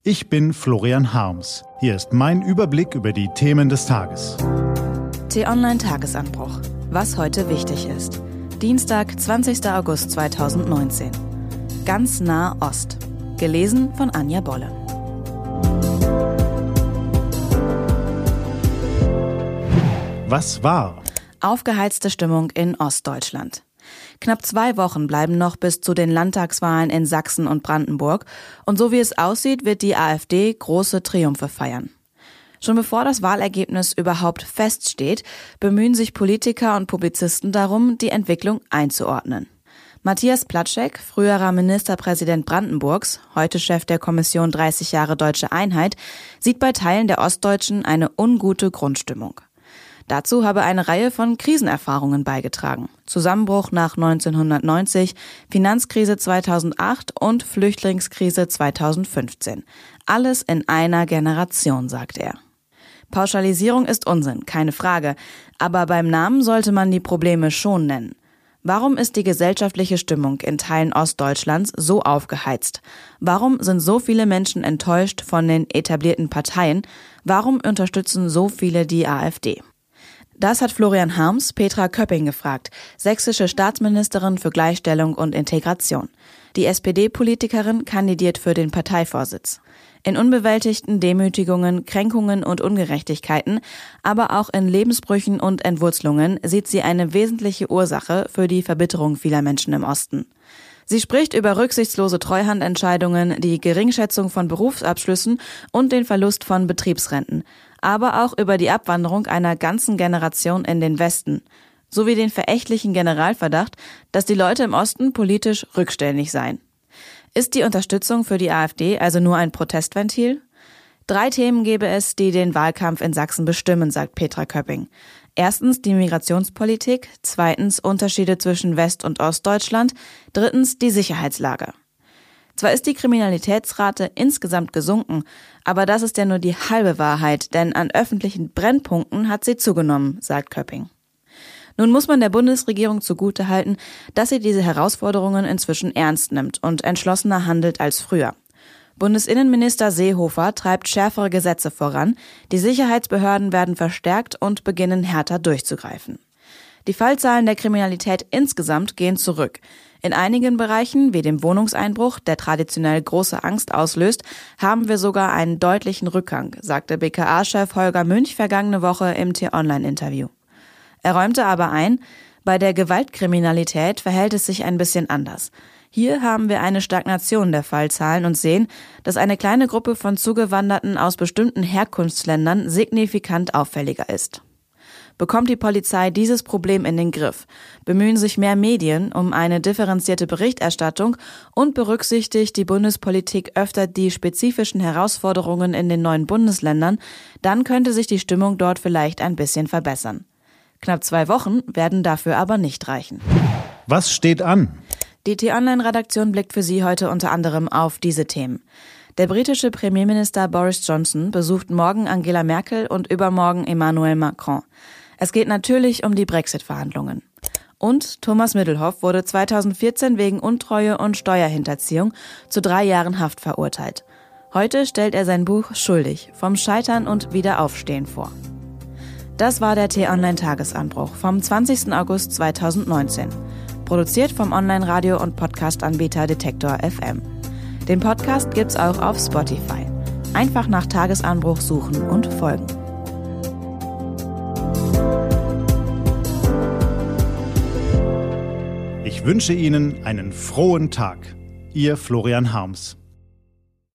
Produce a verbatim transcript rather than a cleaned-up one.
Ich bin Florian Harms. Hier ist mein Überblick über die Themen des Tages. T-Online-Tagesanbruch. Was heute wichtig ist. Dienstag, zwanzigster August zweitausendneunzehn. Ganz nah Ost. Gelesen von Anja Bolle. Was war? Aufgeheizte Stimmung in Ostdeutschland. Knapp zwei Wochen bleiben noch bis zu den Landtagswahlen in Sachsen und Brandenburg. Und so wie es aussieht, wird die AfD große Triumphe feiern. Schon bevor das Wahlergebnis überhaupt feststeht, bemühen sich Politiker und Publizisten darum, die Entwicklung einzuordnen. Matthias Platschek, früherer Ministerpräsident Brandenburgs, heute Chef der Kommission dreißig Jahre Deutsche Einheit, sieht bei Teilen der Ostdeutschen eine ungute Grundstimmung. Dazu habe eine Reihe von Krisenerfahrungen beigetragen. Zusammenbruch nach neunzehnhundertneunzig, Finanzkrise zweitausendacht und Flüchtlingskrise zweitausendfünfzehn. Alles in einer Generation, sagt er. Pauschalisierung ist Unsinn, keine Frage. Aber beim Namen sollte man die Probleme schon nennen. Warum ist die gesellschaftliche Stimmung in Teilen Ostdeutschlands so aufgeheizt? Warum sind so viele Menschen enttäuscht von den etablierten Parteien? Warum unterstützen so viele die AfD? Das hat Florian Harms Petra Köpping gefragt, sächsische Staatsministerin für Gleichstellung und Integration. Die S P D-Politikerin kandidiert für den Parteivorsitz. In unbewältigten Demütigungen, Kränkungen und Ungerechtigkeiten, aber auch in Lebensbrüchen und Entwurzelungen sieht sie eine wesentliche Ursache für die Verbitterung vieler Menschen im Osten. Sie spricht über rücksichtslose Treuhandentscheidungen, die Geringschätzung von Berufsabschlüssen und den Verlust von Betriebsrenten, aber auch über die Abwanderung einer ganzen Generation in den Westen, sowie den verächtlichen Generalverdacht, dass die Leute im Osten politisch rückständig seien. Ist die Unterstützung für die AfD also nur ein Protestventil? Drei Themen gäbe es, die den Wahlkampf in Sachsen bestimmen, sagt Petra Köpping. Erstens die Migrationspolitik, zweitens Unterschiede zwischen West- und Ostdeutschland, drittens die Sicherheitslage. Zwar ist die Kriminalitätsrate insgesamt gesunken, aber das ist ja nur die halbe Wahrheit, denn an öffentlichen Brennpunkten hat sie zugenommen, sagt Köpping. Nun muss man der Bundesregierung zugutehalten, dass sie diese Herausforderungen inzwischen ernst nimmt und entschlossener handelt als früher. Bundesinnenminister Seehofer treibt schärfere Gesetze voran, die Sicherheitsbehörden werden verstärkt und beginnen härter durchzugreifen. Die Fallzahlen der Kriminalität insgesamt gehen zurück. In einigen Bereichen, wie dem Wohnungseinbruch, der traditionell große Angst auslöst, haben wir sogar einen deutlichen Rückgang, sagte B K A-Chef Holger Münch vergangene Woche im T-Online-Interview. Er räumte aber ein, bei der Gewaltkriminalität verhält es sich ein bisschen anders. Hier haben wir eine Stagnation der Fallzahlen und sehen, dass eine kleine Gruppe von Zugewanderten aus bestimmten Herkunftsländern signifikant auffälliger ist. Bekommt die Polizei dieses Problem in den Griff, bemühen sich mehr Medien um eine differenzierte Berichterstattung und berücksichtigt die Bundespolitik öfter die spezifischen Herausforderungen in den neuen Bundesländern, dann könnte sich die Stimmung dort vielleicht ein bisschen verbessern. Knapp zwei Wochen werden dafür aber nicht reichen. Was steht an? Die T-Online-Redaktion blickt für Sie heute unter anderem auf diese Themen. Der britische Premierminister Boris Johnson besucht morgen Angela Merkel und übermorgen Emmanuel Macron. Es geht natürlich um die Brexit-Verhandlungen. Und Thomas Middelhoff wurde zweitausendvierzehn wegen Untreue und Steuerhinterziehung zu drei Jahren Haft verurteilt. Heute stellt er sein Buch Schuldig, vom Scheitern und Wiederaufstehen vor. Das war der T-Online-Tagesanbruch vom zwanzigsten August zweitausendneunzehn. Produziert vom Online-Radio- und Podcast-Anbieter Detektor F M. Den Podcast gibt's auch auf Spotify. Einfach nach Tagesanbruch suchen und folgen. Ich wünsche Ihnen einen frohen Tag. Ihr Florian Harms.